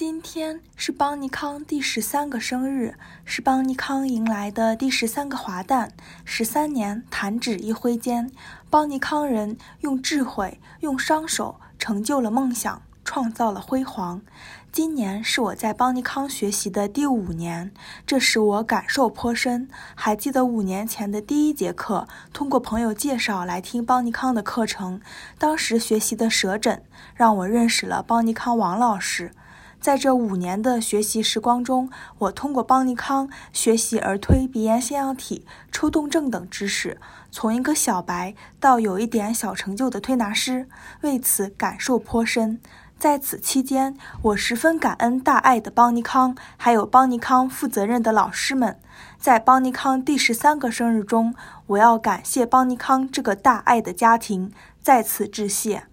今天是邦尼康第13个生日，是邦尼康迎来的第13个华诞。13年弹指一挥间，邦尼康人用智慧、用双手成就了梦想，创造了辉煌。今年是我在邦尼康学习的第5年，这使我感受颇深。还记得5年前的第1节课，通过朋友介绍来听邦尼康的课程，当时学习的舌诊，让我认识了邦尼康王老师。在这5年的学习时光中，我通过邦尼康学习耳推、鼻咽腺样体、抽动症等知识，从一个小白到有一点小成就的推拿师，为此感受颇深。在此期间，我十分感恩大爱的邦尼康，还有邦尼康负责任的老师们。在邦尼康第13个生日中，我要感谢邦尼康这个大爱的家庭，在此致谢。